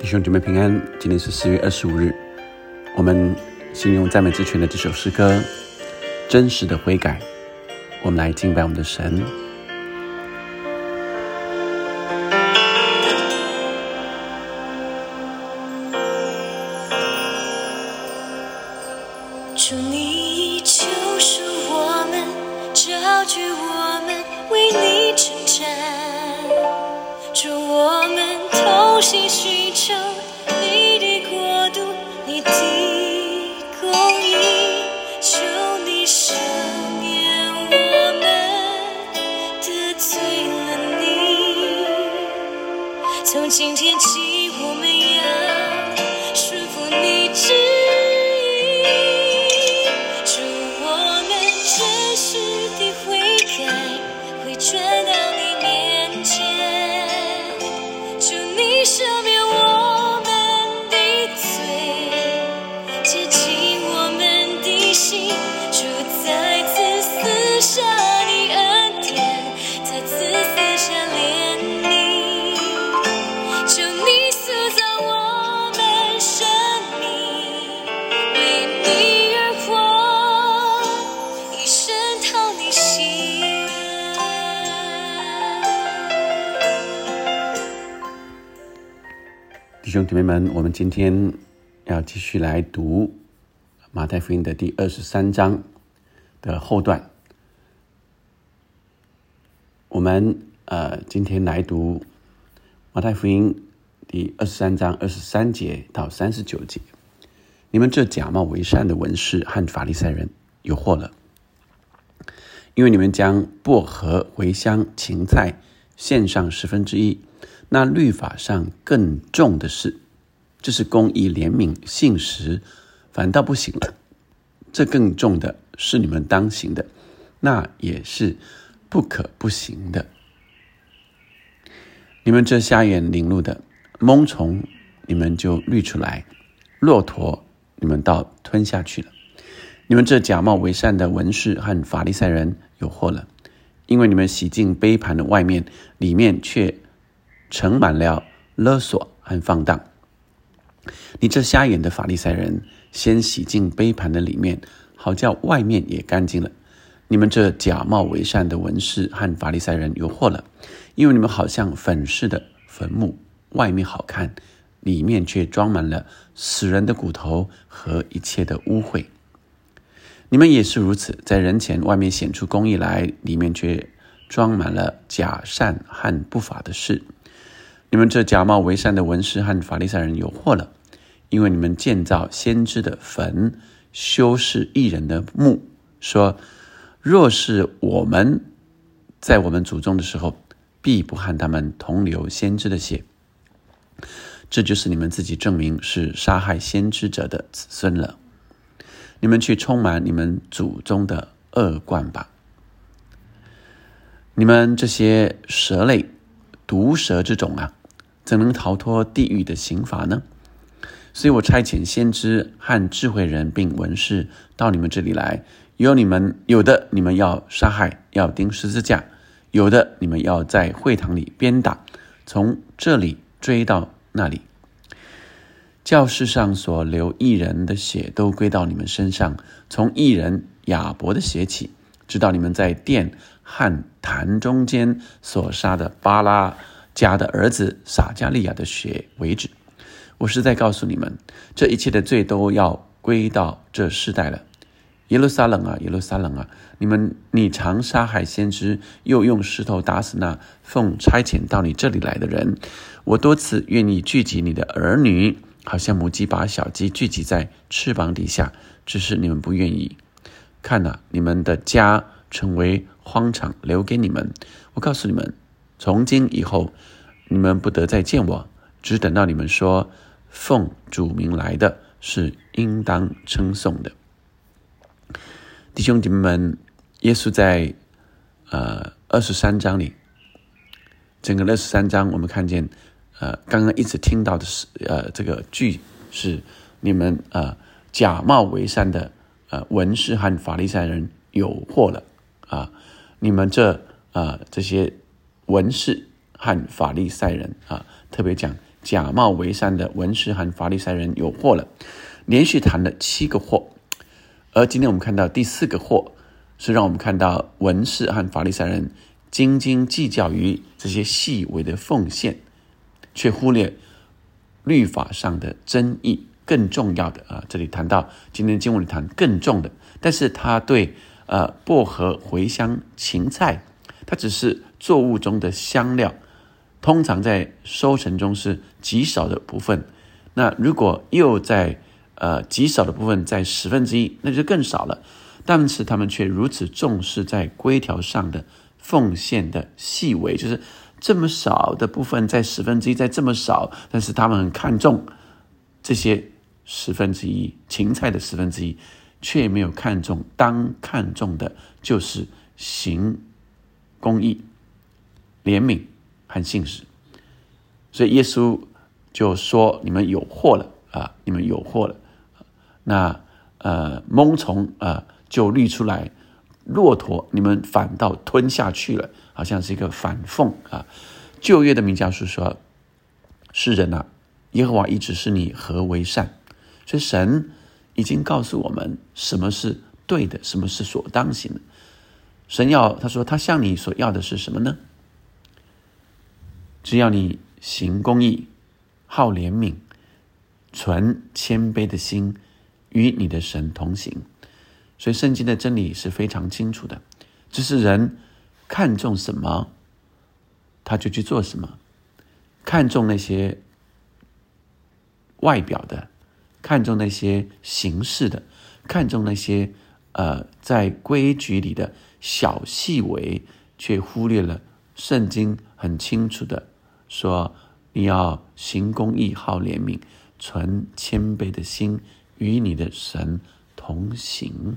弟兄姐妹平安，今天是4月25日，我们信用赞美之泉的这首诗歌《真实的悔改》，我们来敬拜我们的神。 主你救赎我们，召聚我们，为你征战。主我们同心寻求你的国度，你的公义，求你赦免我们得罪了你。从今天起，我们要顺服你旨意。主我们真实的悔改，会转到你面前。求你赦免我们的罪，洁净我们的心。主再次赐下你恩典，再次赐下怜悯。求你塑造我们生命，为你而活，一生讨你喜悦。 弟兄姐妹们，我们今天要继续来读马太福音的第23章的后段。我们今天来读马太福音第23章23节到39节。你们这假冒为善的文士和法利赛人有祸了，因为你们将薄荷、茴香、芹菜献上1/10，那律法上更重的事，就是公义、怜悯、信实，反倒不行了。这更重的是你们当行的，那也是不可不行的。你们这瞎眼领路的，蒙虫你们就滤出来，骆驼你们倒吞下去了。你们这假冒为善的文士和法利赛人有祸了，因为你们洗净杯盘的外面，里面却盛满了勒索和放荡。你这瞎眼的法利赛人，先洗净杯盘的里面，好叫外面也干净了。你们这假冒为善的文士和法利赛人有祸了，因为你们好像粉饰的坟墓，外面好看，里面却装满了死人的骨头和一切的污秽。你们也是如此，在人前外面显出公义来，里面却装满了假善和不法的事。你们这假冒为善的文士和法利赛人有祸了，因为你们建造先知的坟，修饰义人的墓，说若是我们在我们祖宗的时候，必不和他们同流先知的血。这就是你们自己证明是杀害先知者的子孙了。你们去充满你们祖宗的恶贯吧。你们这些蛇类、毒蛇之种啊，怎能逃脱地狱的刑罚呢？所以我差遣先知和智慧人并文士到你们这里来，有的你们要杀害，要钉十字架，有的你们要在会堂里鞭打，从这里追到那里。教室上所流义人的血都归到你们身上，从义人亚伯的血起，直到你们在殿和坛中间所杀的巴拉家的儿子撒加利亚的血为止。我实在告诉你们，这一切的罪都要归到这世代了。耶路撒冷啊，耶路撒冷啊，你常杀害先知，又用石头打死那奉差遣到你这里来的人。我多次愿意聚集你的儿女，好像母鸡把小鸡聚集在翅膀底下，只是你们不愿意。看啊，你们的家成为荒场，留给你们。我告诉你们，从今以后，你们不得再见我，只等到你们说奉主名来的是应当称颂的。弟兄姐妹们，耶稣在23章里，整个23章我们看见刚刚一直听到的是这个句是你们假冒为善的文士和法利赛人有祸了啊！你们这些文士和法利赛人啊，特别讲假冒为善的文士和法利赛人有祸了，连续谈了7个祸。而今天我们看到第4个祸，是让我们看到文士和法利赛人斤斤计较于这些细微的奉献，却忽略律法上的真义。更重要的这里谈到今天经文里谈更重的，但是他对薄荷、茴香、芹菜，它只是作物中的香料，通常在收成中是极少的部分。那如果又在极少的部分在1/10，那就更少了。但是他们却如此重视在规条上的奉献的细微，就是这么少的部分在1/10，在这么少，但是他们很看重这些1/10，芹菜的1/10，却没有看重当看重的就是行公义、怜悯和信实。所以耶稣就说：你们有祸了你们有祸了。那蒙虫就滤出来，骆驼你们反倒吞下去了，好像是一个反讽旧约的弥迦书说：世人耶和华一直是你何为善。所以神已经告诉我们什么是对的，什么是所当行的。他说他向你所要的是什么呢？只要你行公义，好怜悯，存谦卑的心，与你的神同行。所以圣经的真理是非常清楚的，只是人看重什么他就去做什么，看重那些外表的，看重那些形式的，看重那些在规矩里的小细微，却忽略了圣经很清楚的说，你要行公义，好怜悯，存谦卑的心，与你的神同行。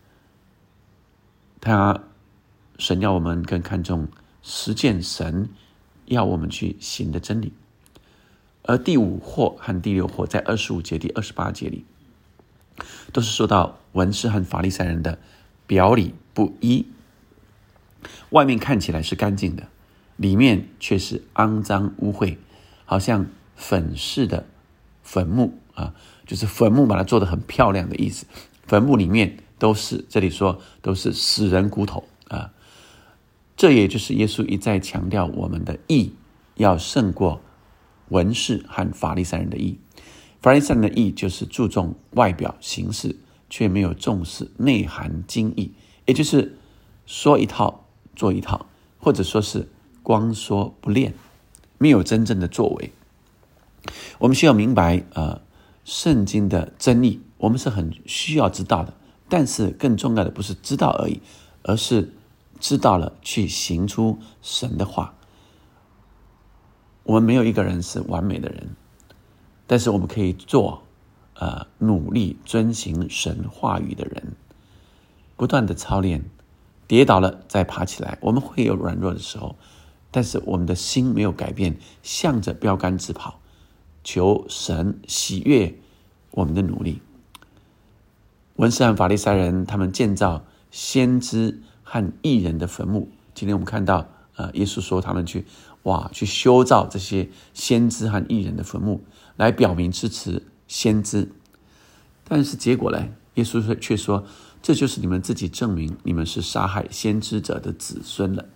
神要我们更看重实践神要我们去行的真理。而第5祸和第6祸在25节、第28节里，都是说到文士和法利赛人的表里不一，外面看起来是干净的，里面却是肮脏污秽，好像粉饰的坟墓就是坟墓把它做得很漂亮的意思。坟墓里面这里说都是死人骨头这也就是耶稣一再强调我们的义要胜过文士和法利赛人的义。法利赛人的义就是注重外表形式，却没有重视内涵精义，也就是说一套做一套，或者说是光说不练，没有真正的作为。我们需要明白圣经的真理，我们是很需要知道的，但是更重要的不是知道而已，而是知道了去行出神的话。我们没有一个人是完美的人，但是我们可以做努力遵行神话语的人，不断的操练，跌倒了再爬起来。我们会有软弱的时候，但是我们的心没有改变，向着标杆直跑，求神喜悦我们的努力。文士和法利赛人他们建造先知和义人的坟墓，今天我们看到耶稣说他们去修造这些先知和义人的坟墓，来表明支持先知。但是结果呢，耶稣却说，这就是你们自己证明你们是杀害先知者的子孙了。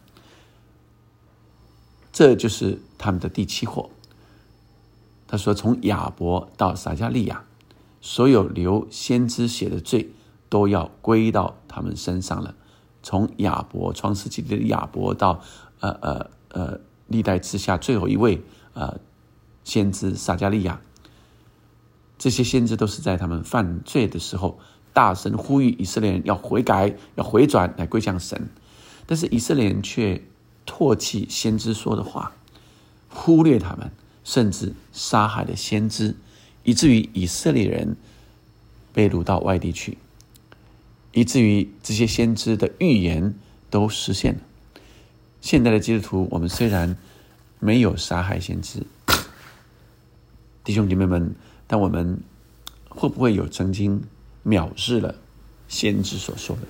这就是他们的第7祸。他说，从亚伯到撒迦利亚，所有流先知血的罪都要归到他们身上了。从亚伯，创世纪的亚伯到历代之下最后一位先知撒迦利亚，这些先知都是在他们犯罪的时候大声呼吁以色列人要悔改，要回转来归向神。但是以色列人却唾弃先知说的话，忽略他们，甚至杀害了先知，以至于以色列人被掳到外地去，以至于这些先知的预言都实现了。现代的基督徒，我们虽然没有杀害先知，弟兄姐妹们，但我们会不会有曾经藐视了先知所说的？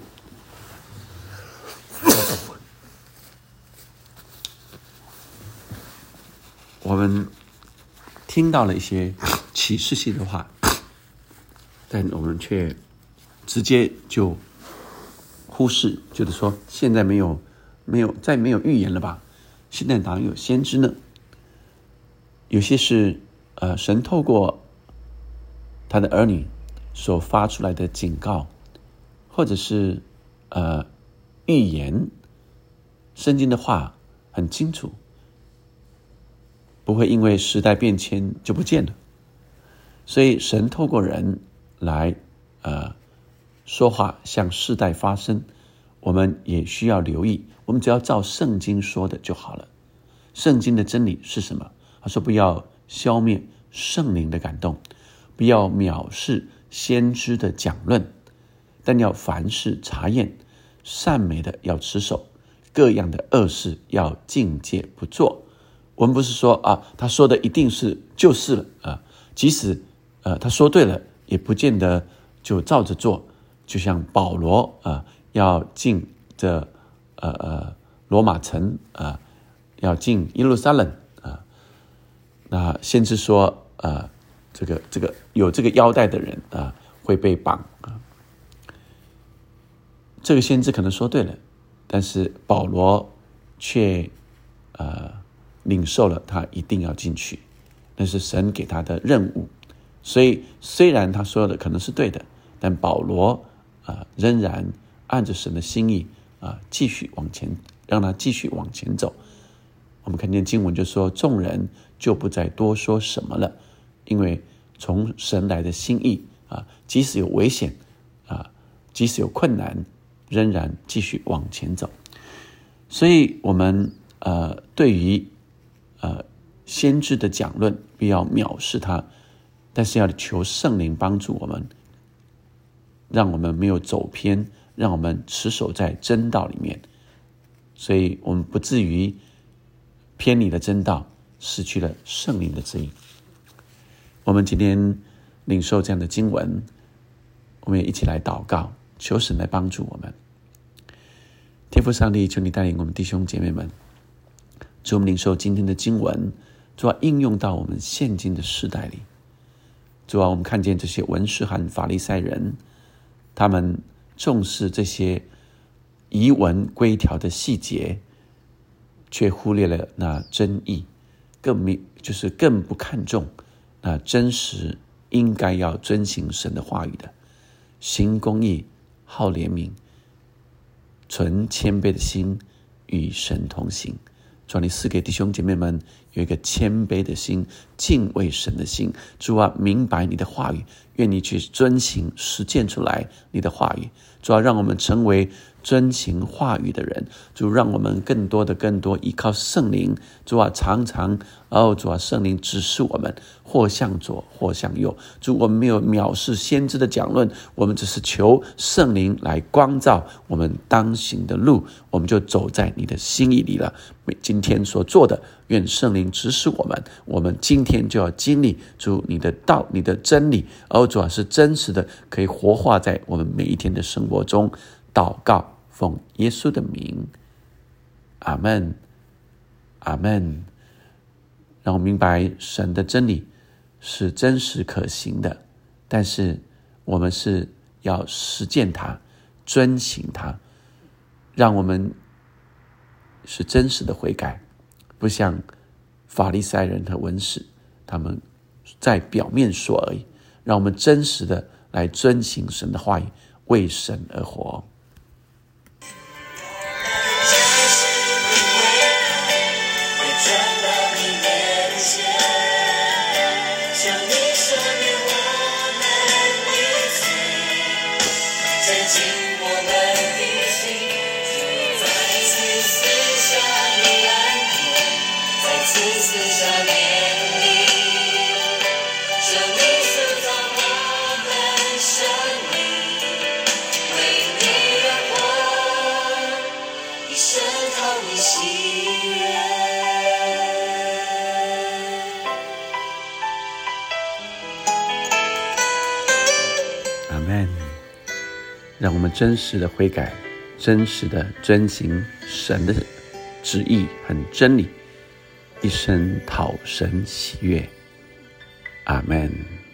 我们听到了一些启示性的话，但我们却直接就忽视，就是说现在再没有预言了吧？现在哪有先知呢？有些是神透过他的儿女所发出来的警告，或者是预言，圣经的话很清楚，不会因为时代变迁就不见了。所以神透过人来说话，向世代发声，我们也需要留意，我们只要照圣经说的就好了。圣经的真理是什么？他说不要消灭圣灵的感动，不要藐视先知的讲论，但要凡事查验，善美的要持守，各样的恶事要禁戒不做。我们不是说他说的一定是就是了即使他说对了，也不见得就照着做。就像保罗要进这罗马城要进耶路撒冷那先知说这个有这个腰带的人会被绑这个先知可能说对了，但是保罗却领受了他一定要进去，那是神给他的任务。所以虽然他说的可能是对的，但保罗仍然按着神的心意继续往前，让他继续往前走。我们看见经文就说，众人就不再多说什么了，因为从神来的心意即使有危险即使有困难，仍然继续往前走。所以我们对于先知的讲论不要藐视他，但是要求圣灵帮助我们，让我们没有走偏，让我们持守在真道里面，所以我们不至于偏离了真道，失去了圣灵的指引。我们今天领受这样的经文，我们也一起来祷告，求神来帮助我们。天父上帝，求你带领我们弟兄姐妹们，主，我们领受今天的经文，主要应用到我们现今的世代里。主要我们看见这些文士和法利赛人，他们重视这些仪文规条的细节，却忽略了那真意，更不看重那真实应该要遵行神的话语的，行公义，好怜悯，存谦卑的心，与神同行。主，你赐给弟兄姐妹们有一个谦卑的心，敬畏神的心。主啊，明白你的话语，愿你去遵行实践出来你的话语。主啊，让我们成为遵行话语的人。主，让我们更多依靠圣灵。主啊，常常主啊，圣灵指示我们或向左或向右。主，我们没有藐视先知的讲论，我们只是求圣灵来光照我们当行的路，我们就走在你的心意里了。今天所做的，愿圣灵指示我们，我们今天就要经历主你的道，你的真理，主啊，是真实的，可以活化在我们每一天的生活中。祷告奉耶稣的名，阿们，阿们。让我明白神的真理是真实可行的，但是我们是要实践它，遵行它，让我们是真实的悔改，不像法利赛人和文士他们在表面说而已。让我们真实的来遵行神的话语，为神而活。阿们。让我们真实的悔改，真实的遵行神的旨意和真理，一生讨神喜悦。 阿们。